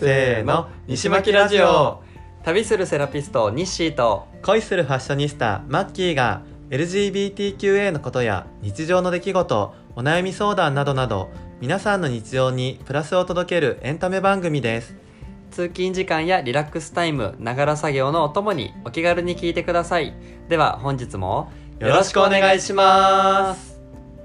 せーの、西巻ラジオ。 旅するセラピストニッシーと恋するファッショニスタマッキーが LGBTQA のことや日常の出来事、お悩み相談などなど皆さんの日常にプラスを届けるエンタメ番組です。 通勤時間やリラックスタイム、ながら作業のお供にお気軽に聞いてください。では本日もよろしくお願いします。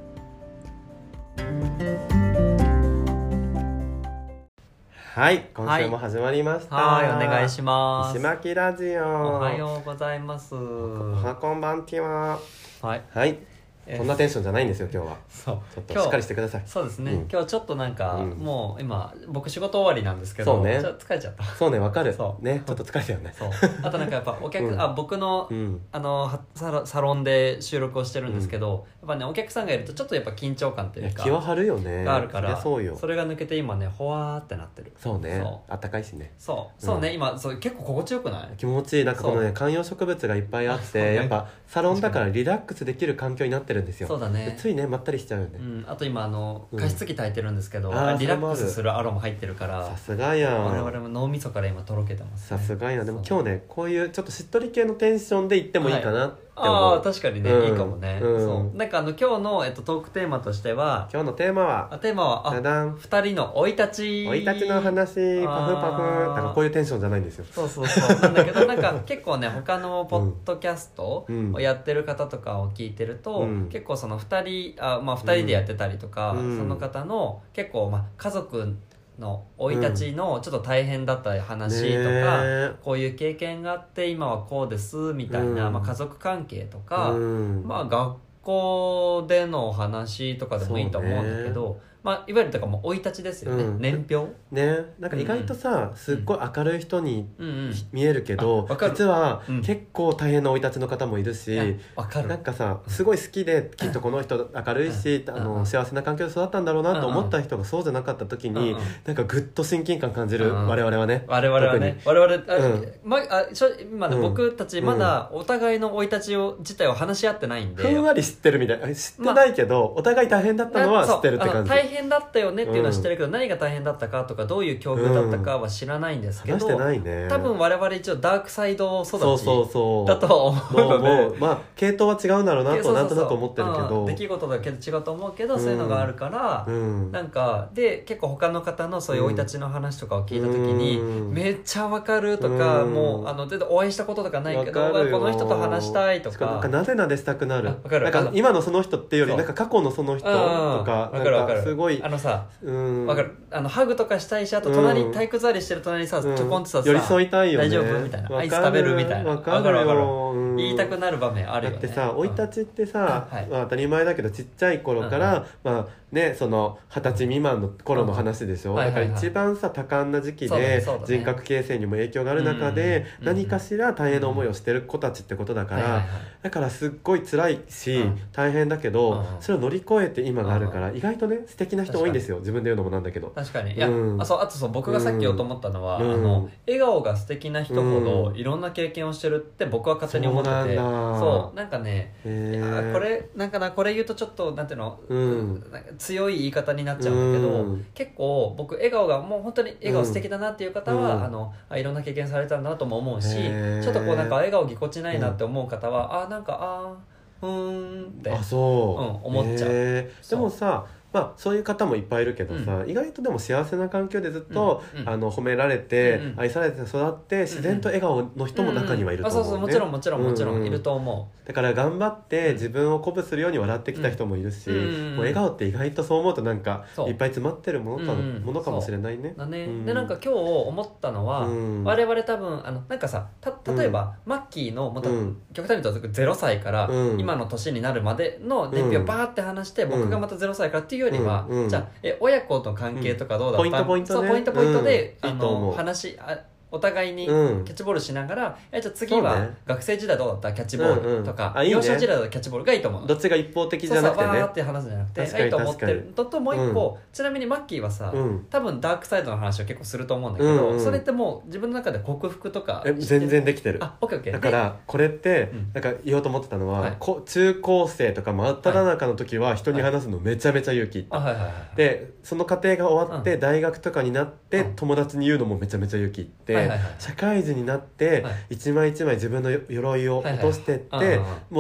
はい、今週も始まりました。 はい、お願いします。 西巻ラジオ。 おはようございます。 おはこんばんちは。 はい。 はい。こんなテンションじゃないんですよ今日は。 そうちょっとしっかりしてください。 そうですね、今日ちょっとなんか、 うんもう今僕仕事終わりなんですけど、 そうね、 ちょっと疲れちゃった。 そうね、わかる。 そうね、ちょっと疲れたよね。 そうあとなんかやっぱお客、僕の、 うんサロンで収録をしてるんですけど、やっぱねお客さんがいるとちょっとやっぱ緊張感というか気は張るよね。 があるから、 そうよ。 それが抜けて今ねほわーってなってる。 そうね、 そうあったかいしね。 そうね、今そう結構心地よくない？ 気持ちいい。なんかこのね観葉植物がいっぱいあって、やっぱサロンだからリラックスできる環境になってるんですよ。 そうだね。 ついねまったりしちゃうよね。 あと今加湿器焚いてるんですけど、 リリラックスするアロマ入ってるから、 さすがやん。 我々も脳みそから今とろけてます、 さすがやん。でも今日ねこういうちょっとしっとり系のテンションで行ってもいいかなって思う。 ああ確かにね、いいかもね。そうなんか今日の、トークテーマとしては、 今日のテーマは 2人の生い立ちの話。パフパフ。なんかこういうテンションじゃないんですよ。 そうなんだけどなんか結構ね他のポッドキャストをやってる方とかを聞いてると、結構その2人でやってたりとか、その方の結構家族の生い立ちのちょっと大変だった話とか、こういう経験があって今はこうですみたいな、家族関係とか、学校での話とかでもいいと思うんだけど、いわゆるとかもう生い立ちですよね、年表ね。なんか意外とさ、すっごい明るい人に見えるけど、実は結構大変な生い立ちの方もいるし、なんかさすごい好きできっとこの人明るいし、幸せな環境で育ったんだろうなと思った人がそうじゃなかった時に、なんかぐっと親近感感じる。我々はね今ね、僕たちまだお互いの生い立ち自体を話し合ってないんで、 ふんわり知ってるみたいな。知ってないけど、お互い大変だったのは知ってるって感じ。 大変だったよねっていうのは知ってるけど、何が大変だったかとかどういう境遇だったかは知らないんですけど、多分我々一応ダークサイド育ちだとは思うので、 系統は違うんだろうなとなんとなく思ってるけど、 出来事だけど違うと思うけど、そういうのがあるから、なんかで結構他の方のそういう生い立ちの話とかを聞いた時に、めっちゃわかるとか、もう全然お会いしたこととかないけどこの人と話したいとか、 なんかなでなでしたくなる。なんか今のその人っていうよりなんか過去のその人とか、すごいわかる。ハグとかしたいし、あと体育座りしてる隣にさ、ちょこんとさ、 寄り添いたいよね。 大丈夫みたいな、アイス食べるみたいな、わかる言いたくなる場面あるよね。 だってさ、生い立ちってさ、当たり前だけどちっちゃい頃からその20歳未満の頃の話でしょ。だから一番さ多感な時期で人格形成にも影響がある中で、何かしら大変な思いをしてる子たちってことだから、だからすっごい辛いし大変だけど、それを乗り越えて今があるから、意外とね素敵な人多いんですよ。自分で言うのもなんだけど。 確かに。いや、あと僕がさっき言おうと思ったのは、笑顔が素敵な人ほどいろんな経験をしてるって僕は勝手に思ってて、なんかね、これ言うとちょっとなんていうの、強い言い方になっちゃうんだけど、結構僕笑顔がもう本当に笑顔素敵だなっていう方は、いろんな経験されたんだなとも思うし、ちょっとこうなんか笑顔ぎこちないなって思う方は、って思っちゃう。 でもさ、そういう方もいっぱいいるけどさ、意外とでも幸せな環境でずっと褒められて愛されて育って自然と笑顔の人も中にはいると思うね。 そうもちろんいると思う。 だから頑張って自分を鼓舞するように笑ってきた人もいるし、もう笑顔って意外とそう思うとなんかいっぱい詰まってるものかもしれないね。 でなんか今日思ったのは、我々多分なんかさ、例えばマッキーの極端に言うと0歳から今の年になるまでの年表をバーって話して、僕がまた0歳からっていうよりは、じゃあ親子の関係とかどうだった、 ポイントで話お互いにキャッチボールしながら、じゃあ次は学生時代どうだったキャッチボールとか、幼少時代のキャッチボールがいいと思う。 どっちが一方的じゃなくてね、 そうそうバーって話すんじゃなくていいと思ってるのと、もう一個、ちなみにマッキーはさ、多分ダークサイドの話を結構すると思うんだけど、それってもう自分の中で克服とか全然できてる。 オッケーオッケー。 だからこれってなんか言おうと思ってたのは、中高生とか真っ只中の時は人に話すのめちゃめちゃ勇気いった。でその過程が終わって大学とかになって友達に言うのもめちゃめちゃ勇気いって、社会人になって一枚一枚自分の鎧を落としてってもう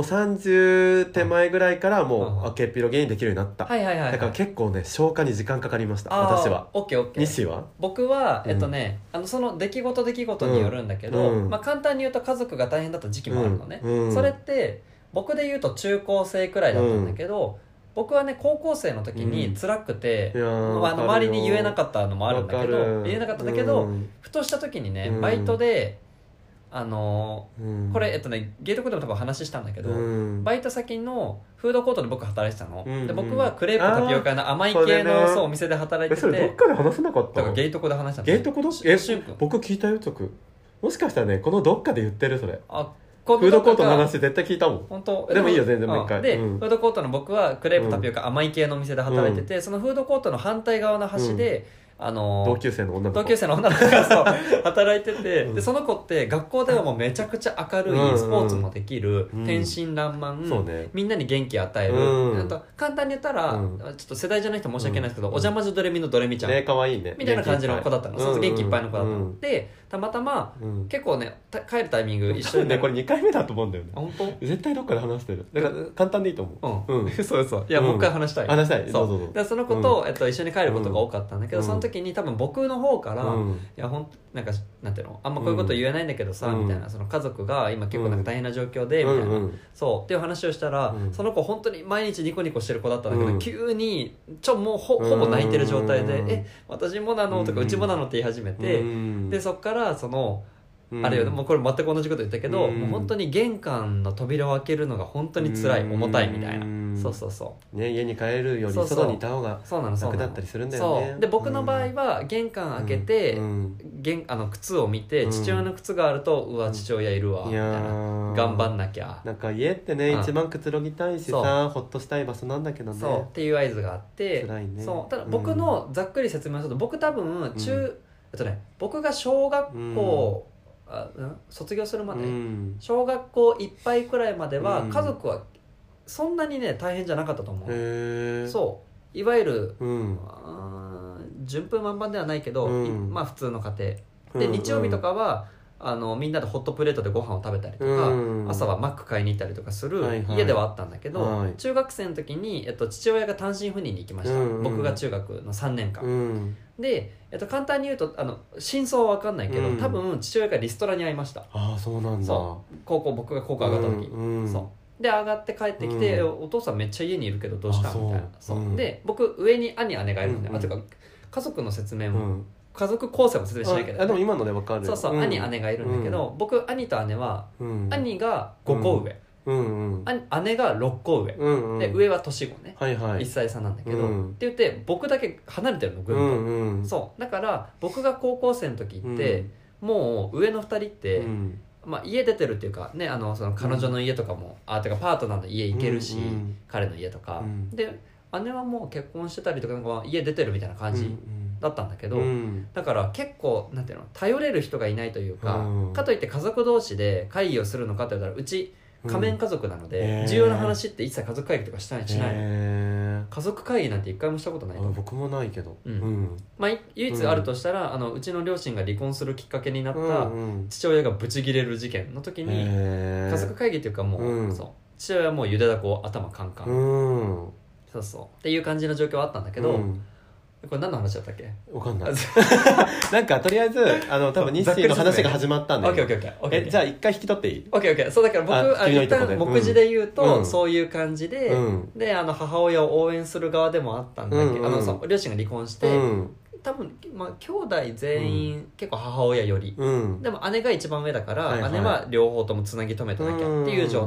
30手前ぐらいからもう明けっぴろげにできるようになった。だから結構ね消化に時間かかりました私は。 オッケーオッケー。 西は僕はその出来事によるんだけど、簡単に言うと家族が大変だった時期もあるのね。それって僕で言うと中高生くらいだったんだけど、僕はね高校生の時に辛くて、周りに言えなかったのもあるんだけど、言えなかったんだけど、ふとした時にねバイトでこれゲートコードでも多分話したんだけど、バイト先のフードコートで僕働いてたの、で僕はクレープタピオカの甘い系のお店で働いてて、 それどっかで話せなかった？ だからゲートコードで話したの。 ゲートコード僕聞いたよ。もしかしたらねこのどっかで言ってるそれ。フードコートの話絶対聞いたもん。 本当でもいいよ全然もう一回。 で、フードコートの僕はクレープタピオカ甘い系のお店で働いてて、そのフードコートの反対側の端で、 同級生の女の子がそう働いてて、でその子って学校ではもうめちゃくちゃ明るい、スポーツもできる、天真爛漫、みんなに元気与える、簡単に言ったら、ちょっと世代じゃない人申し訳ないですけど、お邪魔女ドレミのドレミちゃん、 可愛いねみたいな感じの子だったの。元気いっぱいの子だったので、たまたま結構ね帰るタイミング一緒にね、これ2回目だと思うんだよね。 本当絶対どっかで話してる。だから簡単でいいと思う。 そういやもう一回話したい。 どうぞ。 でその子と一緒に帰ることが多かったんだけど、その時に多分僕の方からいやなんかなんていうの、あんまこういうこと言えないんだけどさみたいな、その家族が今結構なんか大変な状況でみたいな、そうっていう話をしたら、その子本当に毎日ニコニコしてる子だったんだけど、急にもうほぼ泣いてる状態で私もなのとかうちもなのって言い始めて、でそっからそのあれよ、もうこれ全く同じこと言ったけど、もう本当に玄関の扉を開けるのが本当に辛い、重たいみたいな。そうね、家に帰るより外にいた方が楽だったりするんだよね。 で僕の場合は玄関開けて、靴を見て、父親の靴があるとうわ父親いるわみたいな、頑張んなきゃ。 なんか家ってね、一番くつろぎたいしさ、ほっとしたい場所なんだけどね。 そうっていう合図があって、 辛いね。 ただ僕のざっくり説明すると、僕多分僕が小学校卒業するまで、小学校いっぱいくらいまでは家族はそんなにね大変じゃなかったと思う。そういわゆる、順風満帆ではないけど、まあ普通の家庭で、日曜日とかはみんなでホットプレートでご飯を食べたりとか、朝はマック買いに行ったりとかする家ではあったんだけど、中学生の時に、父親が単身赴任に行きました。僕が中学の3年間、で、簡単に言うと真相は分かんないけど、多分父親がリストラに遭いました。 そうなんだ。 僕が高校上がった時、で上がって帰ってきて、お父さんめっちゃ家にいるけどどうしたみたいな。で僕上に兄姉がいるんで、てか家族の説明も、家族構成も説明しないけど、 でも今ので分かる。 兄姉がいるんだけど、僕兄と姉は、兄が5個上、姉が6個上、で上は年子ね、1歳差なんだけど、って言って僕だけ離れてるの、ぐんと。そうだから僕が高校生の時って、もう上の2人って、家出てるっていうかね、その彼女の家とかも、てかパートナーの家行けるし、彼の家とか、で姉はもう結婚してたりとか、家出てるみたいな感じだったんだけど、だから結構なんていうの、頼れる人がいないというか、かといって家族同士で会議をするのかって言ったら、うち仮面家族なので、重要な話って一切家族会議とかしないの。家族会議なんて一回もしたことないと思う。 僕もないけど、 唯一あるとしたら、うちの両親が離婚するきっかけになった父親がブチギレる事件の時に、家族会議っていうかもう、父親はもうゆでだこ頭カンカン、っていう感じの状況はあったんだけど、これ何の話だったっけ？ わかんないなんかとりあえず多分日清の話が始まったんで、じゃあ一回引き取っていい？ オッケー。そうだから僕一旦目次で言うと、そういう感じで、で母親を応援する側でもあったんだけど、両親が離婚して、多分兄弟全員結構母親より、でも姉が一番上だから、姉は両方ともつなぎ止めてなきゃっていう状態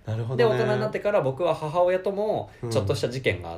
なるほど、 で大人になってから僕は母親ともちょっとした事件があって、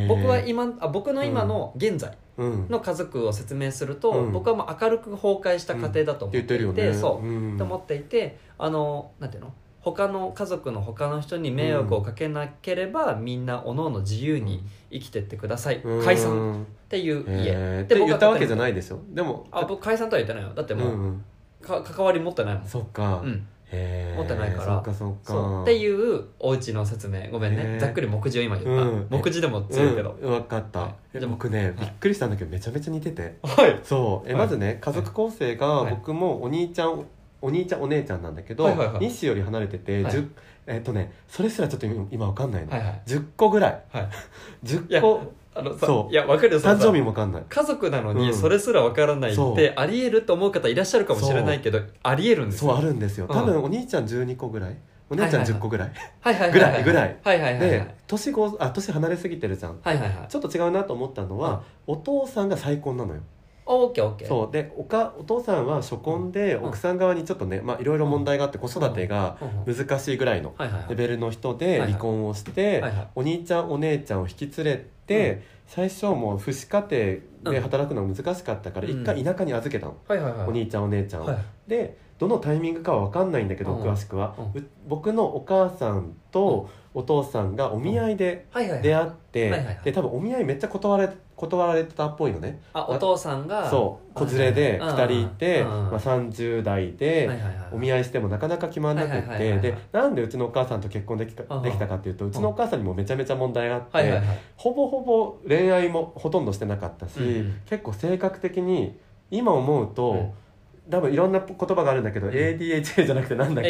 僕の今の現在の家族を説明すると、僕はもう明るく崩壊した家庭だと思っていて、そうと思っていて、なんていうの、他の家族の他の人に迷惑をかけなければ、みんなおのおの自由に生きてってください、解散っていう家で言ったわけじゃないでしょ。でも僕解散とは言ってないよ。だってもう、関わり持ってないもん。 そっか、 持ってないから。 そうっていうお家の説明。ごめんね、ざっくり目次を今言った、目次でも強いけど、 分かった。僕ね、びっくりしたんだけどめちゃめちゃ似てて、そうまずね、家族構成が僕もお兄ちゃんお姉ちゃんなんだけど、西より離れてて、それすらちょっと今わかんないの、10個ぐらい、10個、そう、いや分かるよ、誕生日も分かんない。 家族なのにそれすら分からないってありえると思う方いらっしゃるかもしれないけど、ありえるんですよ。 そう、あるんですよ。多分お兄ちゃん12個ぐらい、お姉ちゃん10個ぐらいぐらいで、年離れすぎてるじゃん。ちょっと違うなと思ったのは、お父さんが再婚なのよ。 オッケー。 そうで、お父さんは初婚で、奥さん側にちょっとね、いろいろ問題があって子育てが難しいぐらいのレベルの人で離婚をして、お兄ちゃんお姉ちゃんを引き連れて、最初もう父子家庭で働くのが難しかったから一回田舎に預けたの、お兄ちゃんお姉ちゃんを。でどのタイミングかは分かんないんだけど、詳しくは僕のお母さんとお父さんがお見合いで出会って、で多分お見合いめっちゃ断られてたっぽいのね。 お父さんがそう子連れで2人いて、30代でお見合いしてもなかなか決まんなくって、でなんでうちのお母さんと結婚できたかっていうと、うちのお母さんにもめちゃめちゃ問題があって、ほぼほぼ恋愛もほとんどしてなかったし、結構性格的に今思うと、多分いろんな言葉があるんだけど、ADHD じゃなくてなんだっけ、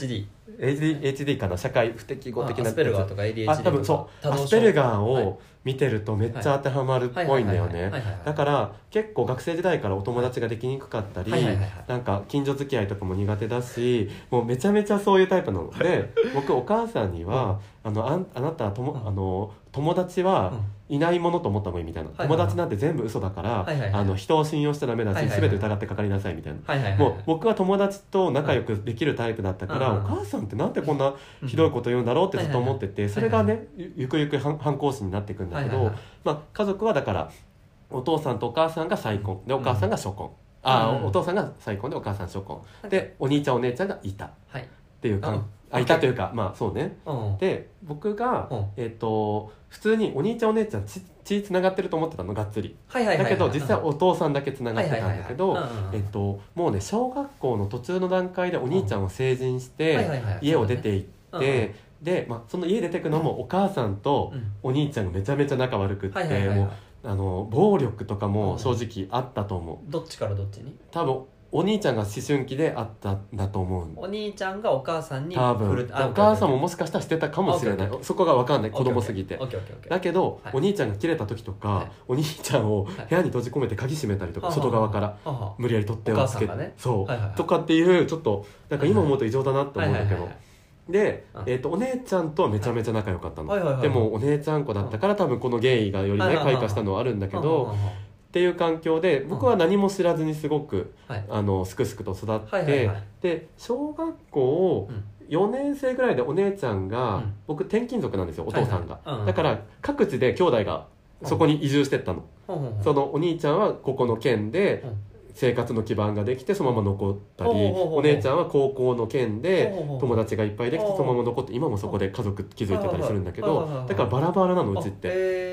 ADHD かな、社会不適合的な。 アスペルガーとか ADHD とか、 多分そうアスペルガーを見てるとめっちゃ当てはまるっぽいんだよね。だから結構学生時代からお友達ができにくかったり、なんか近所付き合いとかも苦手だし、もうめちゃめちゃそういうタイプなので、僕お母さんには、あなた友達はいないものと思った方がいいみたいな、友達なんて全部嘘だから、人を信用しちゃダメだし、全て疑ってかかりなさいみたいな。もう僕は友達と仲良くできるタイプだったから、お母さんってなんでこんなひどいこと言うんだろうってずっと思ってて、それがねゆくゆく反抗心になっていくんだけど、家族はだからお父さんとお母さんが再婚で、お母さんが初婚、お父さんが再婚でお母さん初婚で、お兄ちゃんお姉ちゃんがいたっていうか、いたというか、そうね。で僕が普通にお兄ちゃんお姉ちゃん血つながってると思ってたの、がっつり。だけど実際お父さんだけつながってたんだけど、もうね小学校の途中の段階でお兄ちゃんは成人して家を出て行って、でその家出てくのもお母さんとお兄ちゃんがめちゃめちゃ仲悪くって、もう暴力とかも正直あったと思う。 どっちからどっちに？ 多分お兄ちゃんが思春期であったんだと思う。 お兄ちゃんがお母さんに多分お母さんももしかしたらしてたかもしれない。そこが分かんない、子供すぎて。だけどお兄ちゃんが切れた時とか、お兄ちゃんを部屋に閉じ込めて鍵閉めたりとか、外側から無理やり取っ手をつけて、そうとかっていう、ちょっとなんか今思うと異常だなって思うんだけど。で、お姉ちゃんとはめちゃめちゃ仲良かったの。でもお姉ちゃん子だったから多分このゲイがよりね開花したのはあるんだけど、っていう環境で僕は何も知らずにすごくすくすくと育って、で小学校4年生ぐらいでお姉ちゃんが、僕転勤族なんですよ、お父さんが。だから各地で兄弟がそこに移住してったの。そのお兄ちゃんはここの県で生活の基盤ができてそのまま残ったり、お姉ちゃんは高校の県で友達がいっぱいできてそのまま残って、今もそこで家族築いてたりするんだけど、だからバラバラなの、うちって。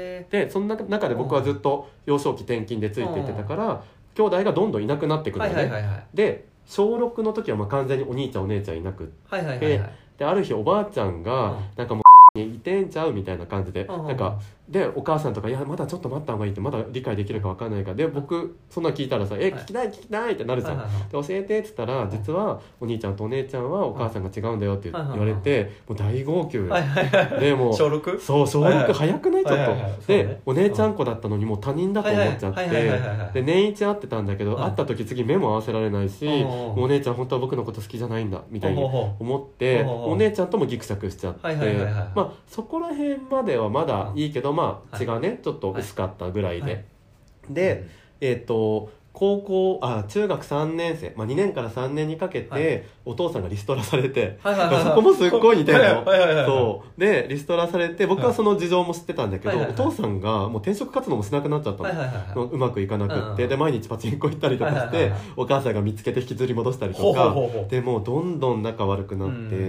でその中で僕はずっと幼少期転勤でついていってたから、兄弟がどんどんいなくなってくるのね。で小6の時は完全にお兄ちゃんお姉ちゃんいなくって、である日おばあちゃんがなんかもういてんちゃうみたいな感じで、なんかでお母さんとか「いやまだちょっと待った方がいい」って、まだ理解できるか分かんないからで、僕そんな聞いたらさ「聞きたい聞きたい」ってなるじゃん。で教えてっつったら、実はお兄ちゃんとお姉ちゃんはお母さんが違うんだよって言われて、もう大号泣で、もう小 6？ そう小6早くないちょっと。でお姉ちゃん子だったのにもう他人だと思っちゃって、で年一会ってたんだけど、会った時次目も合わせられないし、もうお姉ちゃん本当は僕のこと好きじゃないんだみたいに思って、お姉ちゃんともギクシャクしちゃって、そこら辺まではまだいいけど、血がねちょっと薄かったぐらいで、で中学3年生、2年から3年にかけて、お父さんがリストラされて、そこもすっごい似てるの。そうでリストラされて、僕はその事情も知ってたんだけど、お父さんがもう転職活動もしなくなっちゃったの、うまくいかなくって、で毎日パチンコ行ったりとかして、お母さんが見つけて引きずり戻したりとかで、もうどんどん仲悪くなって、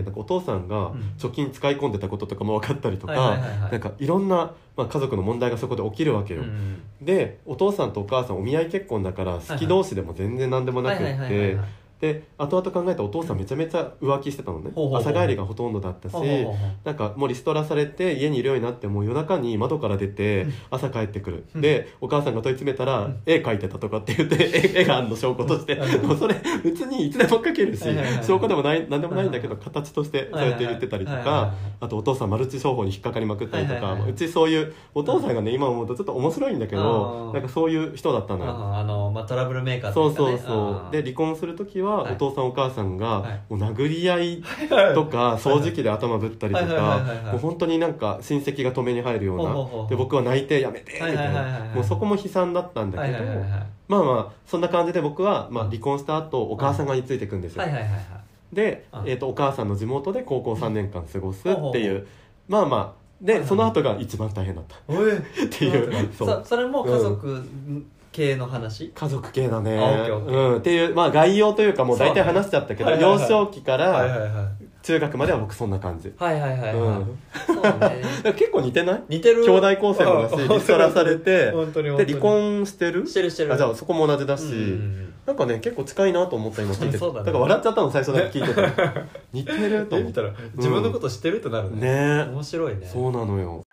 なんかお父さんが貯金使い込んでたこととかも分かったりとか、なんかいろんな、家族の問題がそこで起きるわけよ、でお父さんとお母さんお見合い結婚だから好き同士でも全然何でもなくって、で後々考えたらお父さんめちゃめちゃ浮気してたのね。朝帰りがほとんどだったし、なんかもうリストラされて家にいるようになっても夜中に窓から出て朝帰ってくる、でお母さんが問い詰めたら絵描いてたとかって言って絵があんの証拠として、もうそれ別にいつでも描けるし証拠でもない何でもないんだけど形としてそうやって言ってたりとか、あとお父さんマルチ商法に引っかかりまくったりとか、うちそういうお父さんがね今思うとちょっと面白いんだけど、なんかそういう人だったのよ。 トラブルメーカーというかね。 そうで離婚する時はお父さんお母さんがもう殴り合いとか掃除機で頭ぶったりとか、もう本当になんか親戚が止めに入るようなで、僕は泣いてやめてみたいな、もうそこも悲惨だったんだけど、そんな感じで僕は離婚した後お母さん側についていくんですよ。で、お母さんの地元で高校3年間過ごすっていう、でその後が一番大変だったっていう。 それも家族系の話？ 家族系だね。っていう概要というかもう大体話しちゃったけど、幼少期から中学までは僕そんな感じ。そうね。結構似てない？似てる。兄弟構成もだし、リストラされて、で離婚してる？してる。じゃあそこも同じだし、なんかね結構近いなと思った今聞いてて。だから笑っちゃったの最初だけ聞いてた。似てると思ったら自分のこと知ってるってなるね。面白いね。 そうなのよ。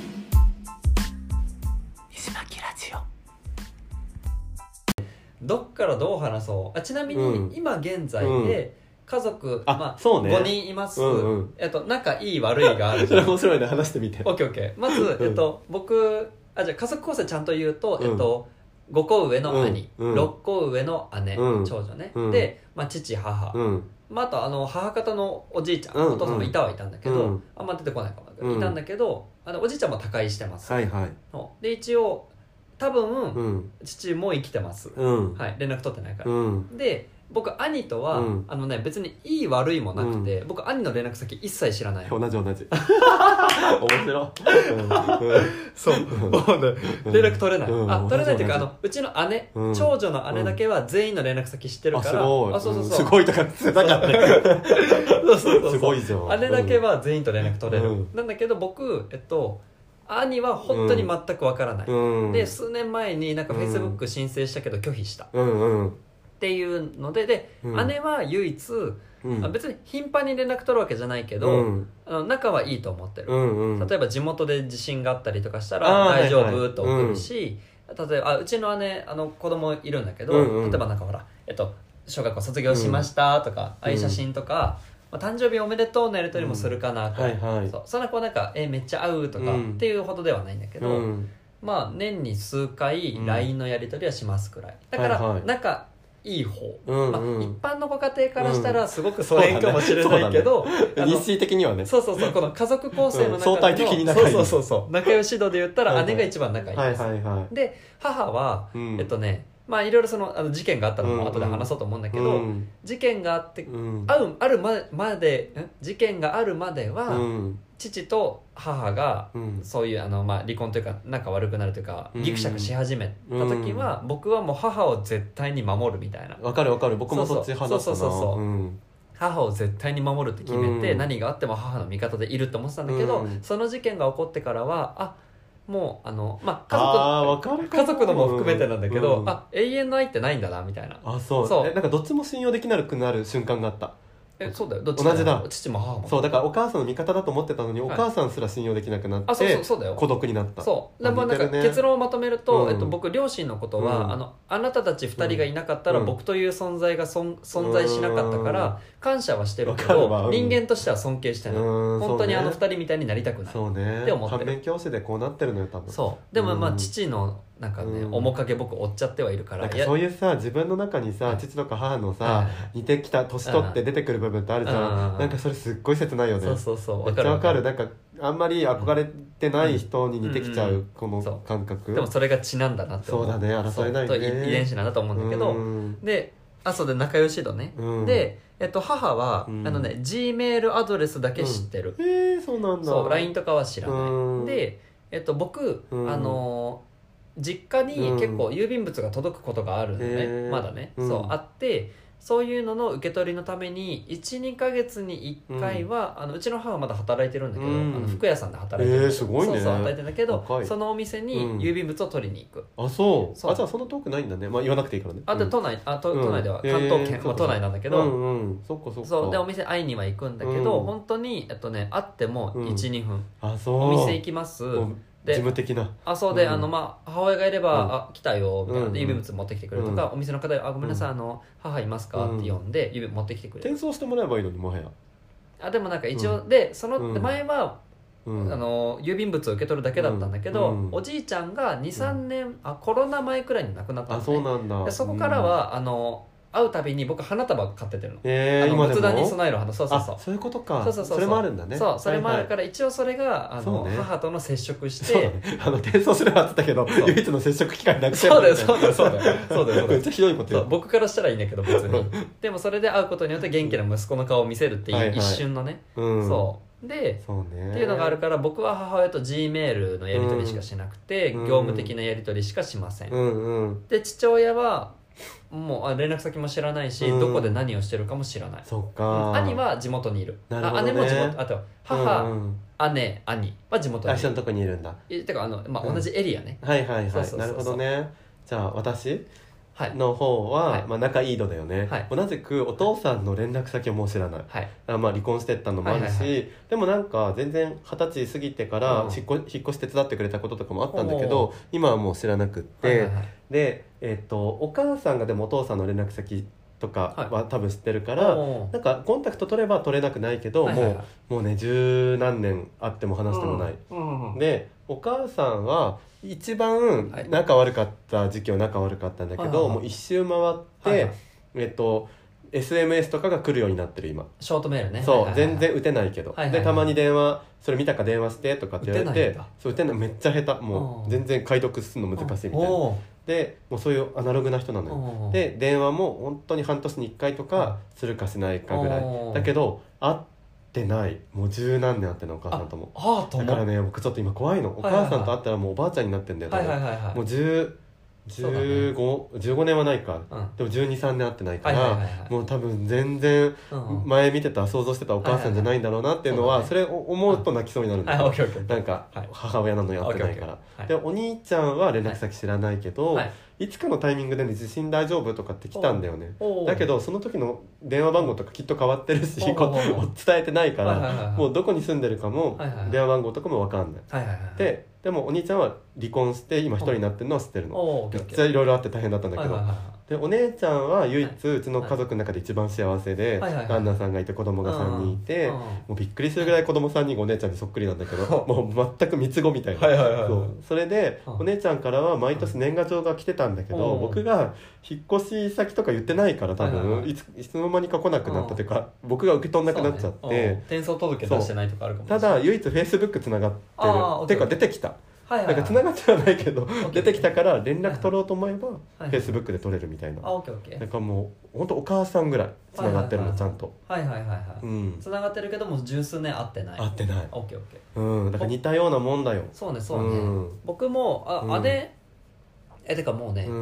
どっからどう話そう。ちなみに今現在で家族5人います。仲いい悪いがある。 それ面白いね、話してみて。 オッケー。まず僕じゃあ家族構成ちゃんと言うと5個上の兄、6個上の姉、長女ね。で父母。あと母方のおじいちゃん、お父さんもいたんだけど、あんま出てこないかもいたんだけど、おじいちゃんも他界してます。で一応多分、父も生きてます、連絡取ってないから、で僕兄とは、別にいい悪いもなくて、僕兄の連絡先一切知らない。 同じ面白い。 そうもうね連絡取れない、取れないっていうかうちの姉、長女の姉だけは全員の連絡先知ってるから、 すごいとかすごいじゃん。 姉だけは全員と連絡取れる、なんだけど僕兄は本当に全くわからない、で数年前になんか Facebook 申請したけど拒否した、っていうので、姉は唯一、別に頻繁に連絡取るわけじゃないけど、仲はいいと思ってる、例えば地元で地震があったりとかしたら大丈夫と送るし、例えばうちの姉子供いるんだけど、例えばなんかほら、小学校卒業しましたとか、ああいう写真とか、誕生日おめでとうのやり取りもするかな、そんななんかめっちゃ会うとかっていうほどではないんだけど、年に数回 LINE のやり取りはしますくらいだから、仲いい方、一般のご家庭からしたらすごく疎遠かもしれないけど、 日誌的にはね、 この家族構成の中での相対的に仲いい、 仲良し度で言ったら姉が一番仲いいです。で母は、いろいろ事件があったのも後で話そうと思うんだけど、事件があって、事件があるまでは、父と母がそういう離婚というか仲悪くなるというかギクシャクし始めた時は、僕はもう母を絶対に守るみたいな。 わかる僕もそっち派だったな。 母を絶対に守るって決めて、何があっても母の味方でいると思ってたんだけど、その事件が起こってからはもう家族のも含めてなんだけど、永遠の愛ってないんだなみたいな。 なんかどっちも信用できなくなる瞬間があった。 そうだよ、どっち同じだ。 父も母もそうだからお母さんの味方だと思ってたのに、お母さんすら信用できなくなって、孤独になった。 でもなんか結論をまとめると、僕両親のことは、あなたたち2人がいなかったら僕という存在が存在しなかったから感謝はしてるけど、人間としては尊敬してない。本当に2人みたいになりたくないって思ってる。 反面教師でこうなってるのよ多分。 でも父のなんかね、面影僕追っちゃってはいるから、 なんかそういうさ自分の中にさ、父とか母のさ、似てきた年取って出てくる部分ってあるじゃん、なんかそれすっごい切ないよね。 そうめっちゃわかる。なんかあんまり憧れてない人に似てきちゃう、この感覚。 でもそれが血なんだなって思う。 そうだね、争えないね。 遺伝子なんだと思うんだけど、でそうで仲良し度ね、で母はG メールアドレスだけ知ってる。 そうなんだ。 そう LINE とかは知らない。で僕実家に結構郵便物が届くことがあるのね、まだね、そうあって、そういうのの受け取りのために 1,2 ヶ月に1回は、うちの母はまだ働いてるんだけど、服屋さんで働いてる、 すごいね。 そう働いてるんだけど、そのお店に郵便物を取りに行く。 そう。じゃあそんな遠くないんだね。言わなくていいからね。 で都内では関東圏、都内なんだけど、 そっかそうでお店会いには行くんだけど、本当に会っても 1,2 分、お店行きます、 事務的な。 そうで、母親がいれば、来たよみたいな、郵便物持ってきてくれるとか、お店の方がごめんなさい、母いますかって呼んで郵便持ってきてくれる。 転送してもらえばいいのに、もはや。 でもなんか一応、でその前は、郵便物を受け取るだけだったんだけど、おじいちゃんが 2,3 年、コロナ前くらいに亡くなったのね。 そうなんだ。 そこからは会うたびに僕花束買っててるの。仏壇に備える花。そういうことか。それもあるんだね。それもあるから、一応それが母との接触して、 転送すればって言ったけど、唯一の接触機会なくて。そうだよ。めっちゃひどいことよ。 僕からしたらいいんだけど別に。でもそれで会うことによって元気な息子の顔を見せるっていう一瞬のね。そうでっていうのがあるから、僕は母親と G メールのやり取りしかしなくて、業務的なやり取りしかしません。で父親はもう連絡先も知らないし、どこで何をしてるかも知らない。 そっか。 兄は地元にいる。姉も地元。あと母、姉、兄は地元にいる。 下のとこにいるんだ。 てか同じエリアね。 なるほどね。じゃあ私の方は仲いいのだよね。同じくお父さんの連絡先をもう知らない。離婚してったのもあるし、でもなんか全然20歳過ぎてから引っ越し手伝ってくれたこととかもあったんだけど、今はもう知らなくって、でお母さんがでもお父さんの連絡先とかは多分知ってるから、なんかコンタクト取れば取れなくないけど、もうね十何年会っても話してもない。でお母さんは一番仲悪かった時期は仲悪かったんだけど、もう一周回ってSMS とかが来るようになってる今。 ショートメールね。 そう全然打てないけど、でたまに電話それ見たか電話してとかって言われて、そう打てない、めっちゃ下手、もう全然解読するの難しいみたいな。でもうそういうアナログな人なのよ。で電話も本当に半年に1回とかするかしないかぐらいだけど、会ってない。もう十何年会ってんのお母さんとも。だからね僕ちょっと今怖いの。お母さんと会ったらもうおばあちゃんになってんだよ。もう15年はないか、でも12、13年会ってないから、もう多分全然前見てた想像してたお母さんじゃないんだろうなっていうのは、それ思うと泣きそうになるんだよ。なんか母親なのに会ってないから。でお兄ちゃんは連絡先知らないけど、いつかのタイミングでね地震大丈夫とかって来たんだよね。だけどその時の電話番号とかきっと変わってるし、伝えてないから、もうどこに住んでるかも電話番号とかも分かんない。でもお兄ちゃんは離婚して今一人になってるのは知ってるの。めっちゃいろいろあって大変だったんだけど、でお姉ちゃんは唯一うちの家族の中で一番幸せで、旦那さんがいて子供が3人いて、もうびっくりするぐらい子供3人がお姉ちゃんにそっくりなんだけど、もう全く三つ子みたいな。それでお姉ちゃんからは毎年年賀状が来てたんだけど、僕が引っ越し先とか言ってないから多分いつの間にか来なくなったというか、僕が受け取んなくなっちゃって、 転送届出してないとかあるかもしれない。ただ唯一 Facebook つながってるてか出てきた。なんか繋がってはないけど出てきたから連絡取ろうと思えば Facebook で取れるみたいな。なんかもう本当お母さんぐらい繋がってるのちゃんと。繋がってるけども十数年会ってない。だから似たようなもんだよ。そうね。僕も姉てかもうね、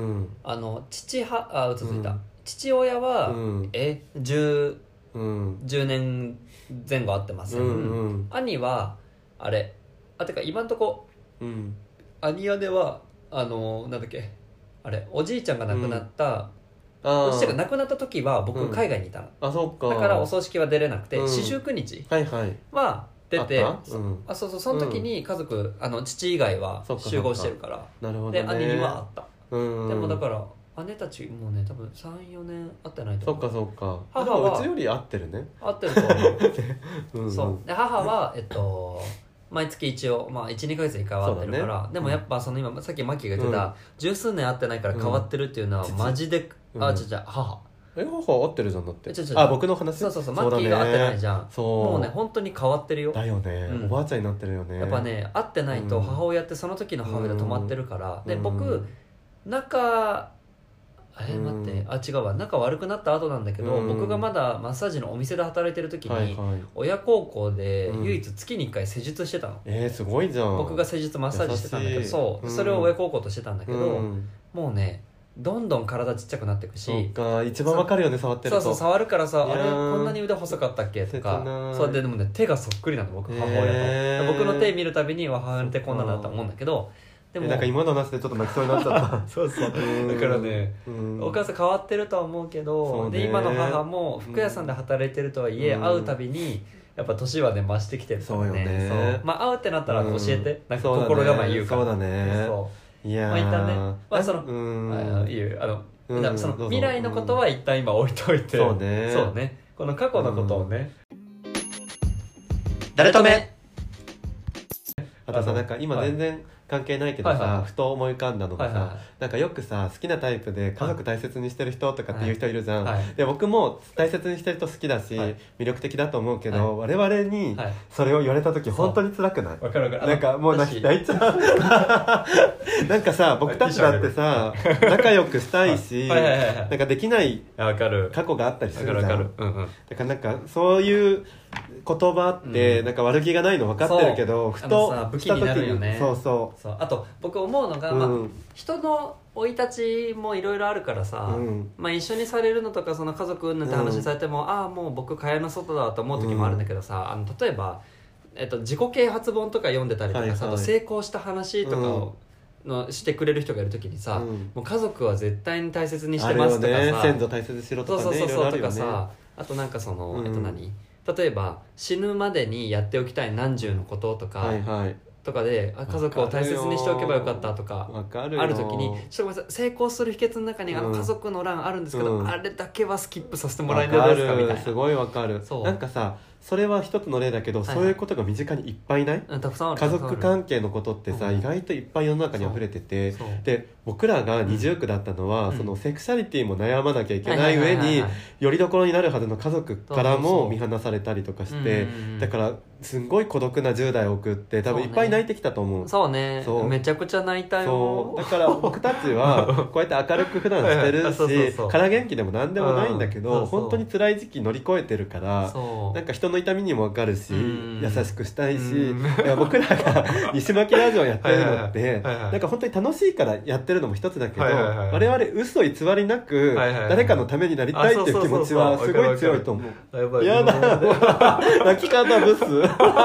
父親は10年前後会ってます。兄はあれてか今んとこ兄姉はなんだっけあれおじいちゃんが亡くなった、おじいちゃんが亡くなった時は僕海外にいたの。そっか。だからお葬式は出れなくて、四十九日は出て、その時に家族父以外は集合してるから、で兄には会った。でもだから姉たちもね多分 3,4 年会ってないと思う。そっか。母はうちより会ってるね。会ってると思う。そうで母は毎月一応、まあ、12ヶ月に1回は会ってるから、ね、でもやっぱその今さっきマッキーが言ってた、十数年会ってないから変わってるっていうのはマジで、母母合ってるじゃんだって。僕の話。 そうマッキーが会ってないじゃん。もうね本当に変わってるよ。 だよね、おばあちゃんになってるよね。 やっぱね会ってないと母親ってその時の母親で止まってるから、で僕仲待って違うわ、仲悪くなった後なんだけど、僕がまだマッサージのお店で働いてる時に、親孝行で唯一月に1回施術してたの。 すごいじゃん。 僕が施術マッサージしてたんだけど、それを親孝行としてたんだけど、もうねどんどん体ちっちゃくなっていくし、 一番わかるよね、触ってると。 そう触るからさ、あれこんなに腕細かったっけとか、そうでもね手がそっくりなの、僕母親と。僕の手見るたびに母親の手こんなだと思うんだけど、でもなんか今の話でちょっと泣きそうになっちゃったそうだからね、お母さん変わってるとは思うけど、で今の母も服屋さんで働いてるとはいえ、会うたびにやっぱ年はね増してきてるからね。 そうよね。 まあ会うってなったら教えて、なんか心構え言うから。 そうだね。いやまあ一旦ね、まあそのその未来のことは一旦今置いといて、そうね、この過去のことをね、誰とめ。 あとさ、なんか今全然関係ないけどさ、ふと思い浮かんだのがさ、なんかよくさ、好きなタイプで家族大切にしてる人とかっていう人いるじゃん。で僕も大切にしてる人好きだし魅力的だと思うけど、我々にそれを言われた時本当に辛くない？ わかるわかる。 なんかもう泣いちゃうなんかさ、僕たちだってさ仲良くしたいし、なんかできない過去があったりするじゃん。だからなんかそういう言葉ってなんか悪気がないの分かってるけど、ふと武器になるよね。 そうあと僕思うのが、人の生い立ちもいろいろあるからさ、まあ、一緒にされるのとかその家族うんぬんって話されても、ああもう僕蚊帳の外だと思う時もあるんだけどさ、例えば、自己啓発本とか読んでたりとかさ、あと成功した話とかをしてくれる人がいる時にさ、もう家族は絶対に大切にしてますとかさ、 先祖大切にしろとかね、いろいろあるよね。 あとなんかその、例えば死ぬまでにやっておきたい何十のこととか、とかで家族を大切にしておけばよかったとかある時に、ちょっとごめんなさい、成功する秘訣の中に家族の欄あるんですけど、あれだけはスキップさせてもらえないですかみたいな。 すごいわかる。なんかさ、それは一つの例だけど、そういうことが身近にいっぱいない？ たくさんある。 家族関係のことってさ、意外といっぱい世の中に溢れてて、で僕らが二重苦だったのは、そのセクシャリティも悩まなきゃいけない上によりどころになるはずの家族からも見放されたりとかして、だからすんごい孤独な10代を送って多分いっぱい泣いてきたと思う。 そうね、めちゃくちゃ泣いたよ。 だから僕たちはこうやって明るく普段してるし、から元気でも何でもないんだけど、本当に辛い時期乗り越えてるから、なんか人の痛みにも分かるし、優しくしたいし、いや僕らが西巻ラジオやってるのってなんか本当に楽しいからやってるのも一つだけど、我々嘘偽りなく誰かのためになりたいっていう気持ちはすごい強いと思う。やだ泣き方ブス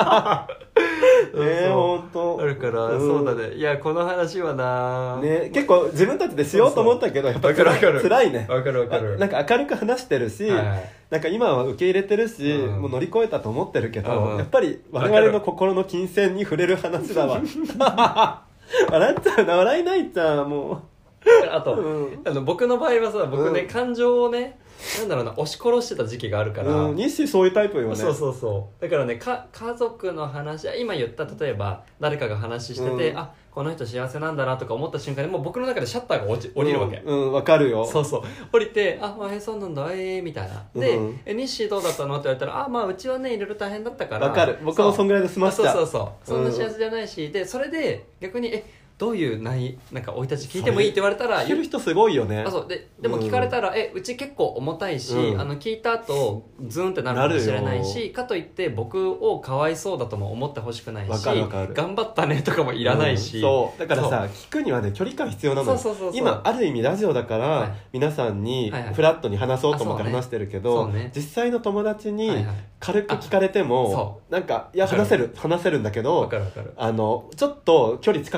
本当あるから、そうだね。いやこの話はなね、結構自分たちでしようと思ったけど、やっぱ辛いね。 わかる。 なんか明るく話してるし、なんか今は受け入れてるし、もう乗り越えたと思ってるけど、やっぱり我々の心の金銭に触れる話だわ笑っちゃうな、笑いないっちゃうもう。 あと、僕の場合はさ、僕ね、感情をね、なんだろうな、押し殺してた時期があるから、 西そういうタイプよね。 そうだからね、家族の話、今言った例えば誰かが話してて、あ、この人幸せなんだなとか思った瞬間にもう僕の中でシャッターが降りるわけ。 わかるよ。 そう降りて、あ、そうなんだ、みたいな。で、西どうだったのって言われたら、あ、まあうちはねいろいろ大変だったから。 わかる。僕もそんぐらいで済ました。 そんな幸せじゃないし、でそれで逆にどういうなんか生い立ち聞いてもいいって言われたら、 聞ける人すごいよね。 でも聞かれたら、うち結構重たいし、聞いた後ズンってなるかもしれないし、かといって僕をかわいそうだとも思ってほしくないし、頑張ったねとかもいらないし、 だからさ、聞くにはね距離感必要なのよ。今ある意味ラジオだから皆さんにフラットに話そうと思って話してるけど、実際の友達に軽く聞かれてもなんかいや話せるんだけど、ちょっと距離近くなってからの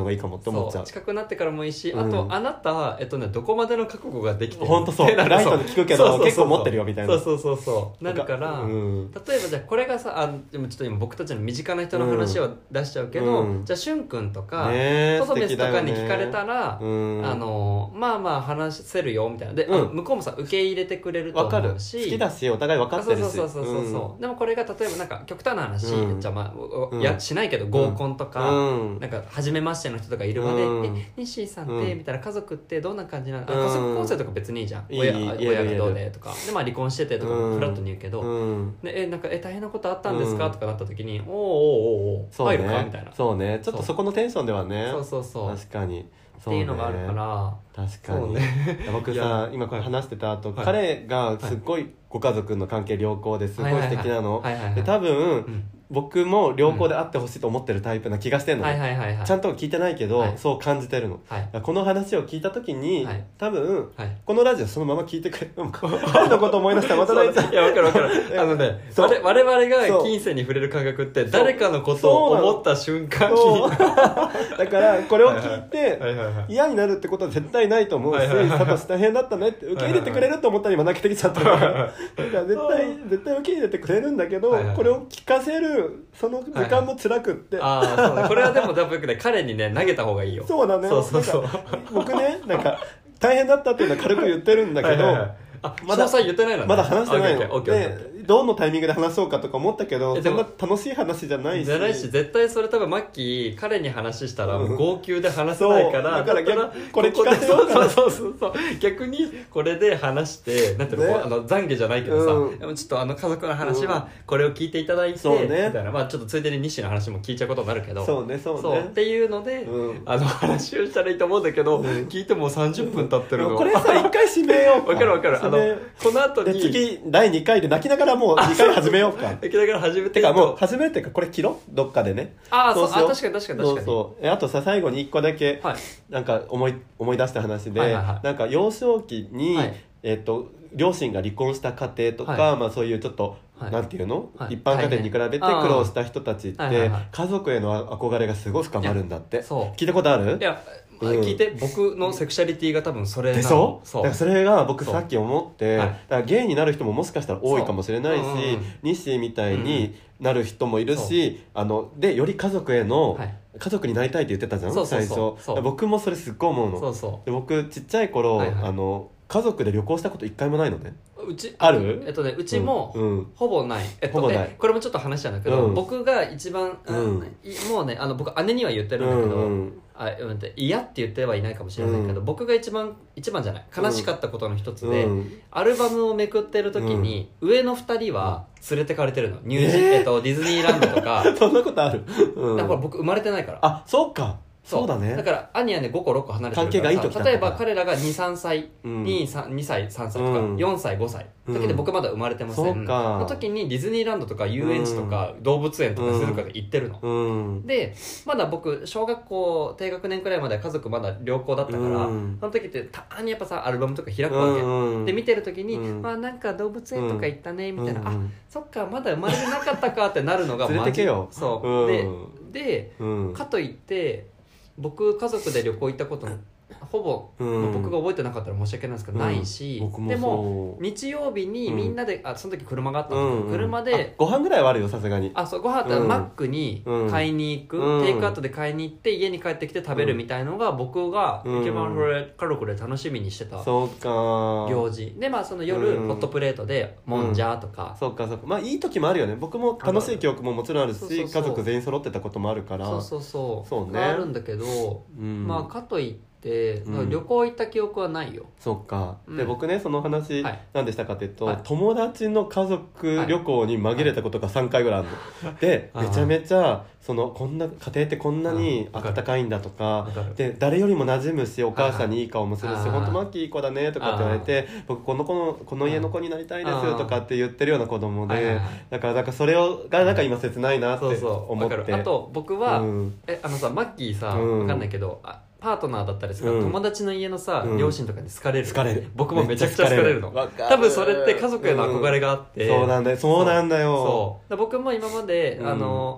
がいいかもって思っちゃう。 近くなってからもいいし、あとあなたどこまでの覚悟ができてる本当そうライトで聞くけど結構持ってるよみたいな。 そうなるから、例えばじゃあこれがさでもちょっと今僕たちの身近な人の話を出しちゃうけど、じゃあしゅんくんとかトトベスとかに聞かれたら、まあまあ話せるよみたいなで、向こうもさ受け入れてくれると思うし、 好きだしお互い分かってるし、 そうでもこれが例えばなんか極端な話、じゃあまあしないけど合コンとか、なんか初めましての人とかいるまで「西井さんって」みたいな「家族ってどんな感じなの？家族構成とか別にいいじゃん、親がどうで」とかで、まあ離婚しててとかフラットに言うけど、でなんか大変なことあったんですかとかなった時に「おお入るか?」みたいな。 そうね、ちょっとそこのテンションではね。 そう確かにっていうのがあるから。 確かに、僕さ今これ話してた後、彼がすっごいご家族の関係良好ですごい素敵なので、多分僕も良好であってほしいと思ってるタイプな気がしてんの、ちゃんと聞いてないけど、そう感じてるの、この話を聞いた時に、多分、このラジオそのまま聞いてくれる彼のこと思い出したらまた泣いちゃう。 いや分かる我々が金銭に触れる感覚って誰かのことを思った瞬間にだからこれを聞いて嫌になるってことは絶対ないと思うし、サトシ大変だったねって受け入れてくれると思ったら今泣けてきちゃったからだから絶対受け入れてくれるんだけど、これを聞かせるその時間も辛くって、 そうね、これはでも多分ね彼にね投げた方がいいよ。 そうだね。僕ねなんか大変だったっていうのは軽く言ってるんだけどまだ言ってないのね。 まだ話してないので、どのタイミングで話そうかとか思ったけど、そんな楽しい話じゃないし絶対それ多分マッキー彼に話したらもう号泣で話せないから、 だからこれ聞かせようかな。 そう逆にこれで話してなんていうの、懺悔じゃないけどさ、でもちょっと家族の話はこれを聞いていただいてみたいな、まあちょっとついでに西の話も聞いちゃうことになるけど、 そうっていうので話をしたらいいと思うんだけど、聞いてもう30分経ってるの。 これさ一回締めようか。 分かるこの後に次第2回で泣きながらもう2回始めようか。 泣きながら始めてかもう始めるっていうかこれ切ろどっかでね。 確かにそうあとさ最後に1個だけなんか思い出した話で、なんか幼少期に両親が離婚した家庭とか、まあそういうちょっとなんていうの、一般家庭に比べて苦労した人たちって家族への憧れがすごい深まるんだって。聞いたことある？ いや聞いて、僕のセクシャリティが多分それなの。 でしょ？だからそれが僕さっき思って、だからゲイになる人ももしかしたら多いかもしれないし、西みたいになる人もいるし、でより家族への家族になりたいって言ってたじゃん最初。僕もそれすっごい思うの。で僕ちっちゃい頃家族で旅行したこと一回もないのね。 うちある？ うちもほぼない。これもちょっと話したんだけど、僕が一番もうね僕姉には言ってるんだけど、嫌って言ってはいないかもしれないけど、僕が一番じゃない悲しかったことの一つで、アルバムをめくってる時に上の2人は連れてかれてるの。ディズニーランドとか。 そんなことある？ だから僕生まれてないから。 あ、そうか。そうだね。 だから兄はね5個6個離れてるから、 関係がいい時だったから、 例えば彼らが23歳、2歳3歳とか、4歳5歳だけで僕まだ生まれてませんの時にディズニーランドとか遊園地とか動物園とかするから行ってるの、でまだ僕小学校低学年くらいまで家族まだ良好だったから、その時ってたまにやっぱさアルバムとか開くわけ、で見てる時に、なんか動物園とか行ったねみたいな、そっかまだ生まれてなかったかってなるのが連れてけよ。 そうでかといって僕家族で旅行行ったことほぼ、僕が覚えてなかったら申し訳ないですけど、ないし、でも日曜日にみんなで、その時車があったの、車でご飯ぐらいはあるよさすがに。 そうご飯あったらマックに買いに行く、テイクアウトで買いに行って家に帰ってきて食べるみたいのが僕が一番家族で楽しみにしてた行事で、その夜ホットプレートでもんじゃとか、 そうかまあいい時もあるよね。僕も楽しい記憶ももちろんあるし、家族全員揃ってたこともあるから、 そうねあるんだけど、かといって旅行行った記憶はないよ。 そっか。で僕ねその話何でしたかというと、友達の家族旅行に紛れたことが3回ぐらいあるので、めちゃめちゃこんな家庭ってこんなに温かいんだとかで、誰よりも馴染むしお母さんにいい顔もするし、本当マッキーいい子だねとかって言われて、僕この家の子になりたいですとかって言ってるような子供で、だからそれがなんか今切ないなって思って。 あと僕はさマッキーさ分かんないけどパートナーだったりするから、友達の家のさ、両親とかに好かれる。僕もめちゃくちゃ好かれるの。多分それって家族への憧れがあって、 そうなんだよ。そう僕も今まで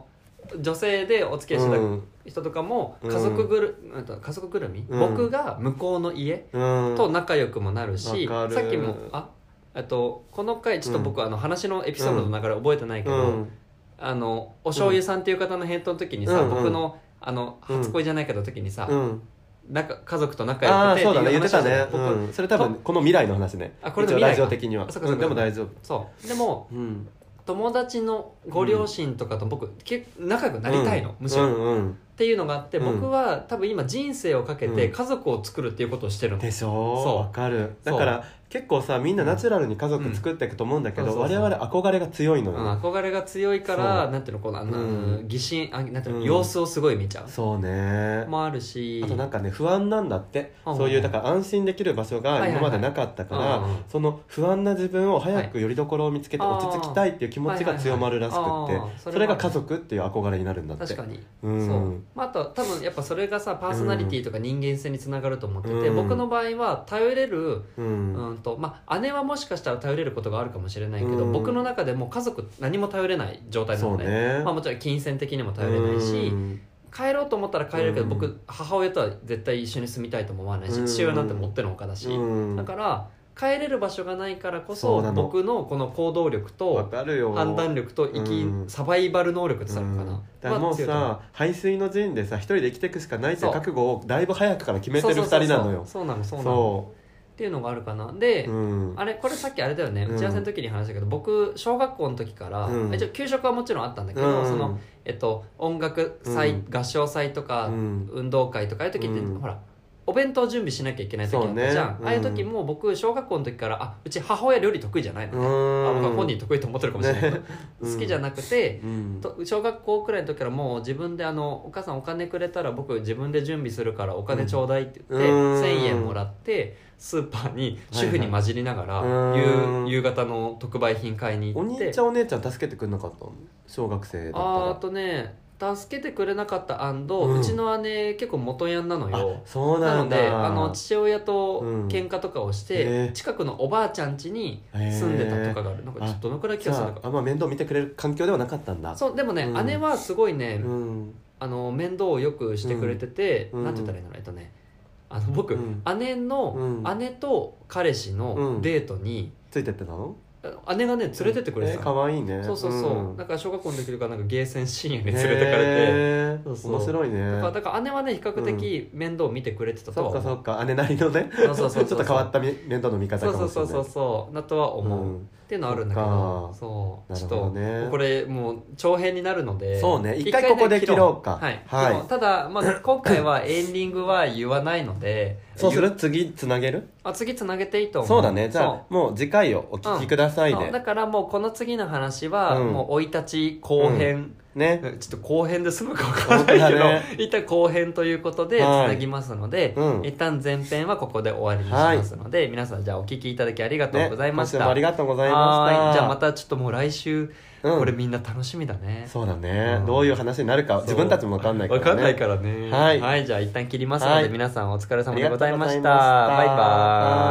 女性でお付き合いしてた人とかも家族ぐるみ、僕が向こうの家と仲良くもなるし、さっきもこの回ちょっと僕話のエピソードの流れ覚えてないけど、お醤油さんっていう方の返答の時にさ、僕の初恋じゃないけど時にさ、家族と仲良くてそうだね、言ってたね。それ多分この未来の話ね。 これの未来ラジオ的には。でも大丈夫。 そうでも、友達のご両親とかと僕仲良くなりたいの、むしろ、っていうのがあって、僕は多分今人生をかけて家族を作るっていうことをしてるの。 でしょ。そうわかる。だから結構さ、みんなナチュラルに家族作っていくと思うんだけど、我々憧れが強いのよ。 憧れが強いからなんていうの、この疑心なんていうの、様子をすごい見ちゃう。 そうね。 もあるし、 あとなんかね、不安なんだって。そういうだから安心できる場所が今までなかったから、その不安な自分を早くよりどころを見つけて落ち着きたいっていう気持ちが強まるらしくって、それが家族っていう憧れになるんだって。 確かに。そう。あと多分やっぱそれがさ、パーソナリティとか人間性につながると思ってて、僕の場合は頼れる姉はもしかしたら頼れることがあるかもしれないけど、僕の中でも家族何も頼れない状態なので、もちろん金銭的にも頼れないし、帰ろうと思ったら帰れるけど、僕母親とは絶対一緒に住みたいとも思わないし、父親なんて持ってのほかだし、だから帰れる場所がないからこそ、僕のこの行動力と判断力とサバイバル能力ってさるかな。 だからもうさ、背水の陣でさ、一人で生きていくしかないっていう覚悟をだいぶ早くから決めてる二人なのよ。 そうなのっていうのがあるかな。で、これさっきあれだよね、打ち合わせの時に話したけど、僕小学校の時から、一応給食はもちろんあったんだけど、その音楽祭、合唱祭とか、運動会とかああいう時って、ほらお弁当準備しなきゃいけない時あったじゃん、ああいう時も僕小学校の時からうち母親料理得意じゃないのね、僕は本人得意と思ってるかもしれないけど、好きじゃなくて、小学校くらいの時からもう自分でお母さんお金くれたら僕自分で準備するからお金ちょうだいって言って、1000円もらってスーパーに主婦に混じりながら、夕方の特売品買いに行って。 お兄ちゃんお姉ちゃん助けてくれなかったの、小学生だったら。 あとね、助けてくれなかった、うちの姉結構元ヤンなのよ。 そうなんだ。 なので父親と喧嘩とかをして、近くのおばあちゃん家に住んでたとかがある。なんかどのくらい気がするのか。 あんま面倒見てくれる環境ではなかったんだ。 そうでもね、姉はすごいね、面倒をよくしてくれてて、なんて言ったらいいんだろう、僕、姉と彼氏のデートについてってたの？ 姉がね連れてってくれてた。 かわいいね。 そうだから小学校の時とかなんかゲーセン深夜に連れてかれて、 面白いね。 だから姉はね比較的面倒を見てくれてたとは思う。 そうか姉なりのね、ちょっと変わった面倒の見方かもしれない。 そうだとは思うっていうのはあるんだけど、そうちょっとこれもう長編になるので、 そうね、一回ここで切ろうか。 はい。ただ今回はエンディングは言わないので、 そうする？次つなげる？ 次つなげていいと思う。 そうだね。じゃあもう次回をお聞きくださいで。 だからもうこの次の話はもう生い立ち後編ね、ちょっと後編で済むか分からないけど、一旦後編ということでつなぎますので、一旦前編はここで終わりにしますので、皆さんじゃあお聞きいただきありがとうございました。 ありがとうございました。 じゃあまたちょっともう来週これみんな楽しみだね。 そうだね。どういう話になるか自分たちも分かんないからね。 分かんないからね。はい、じゃあ一旦切りますので、皆さんお疲れ様でございました。バイバーイ。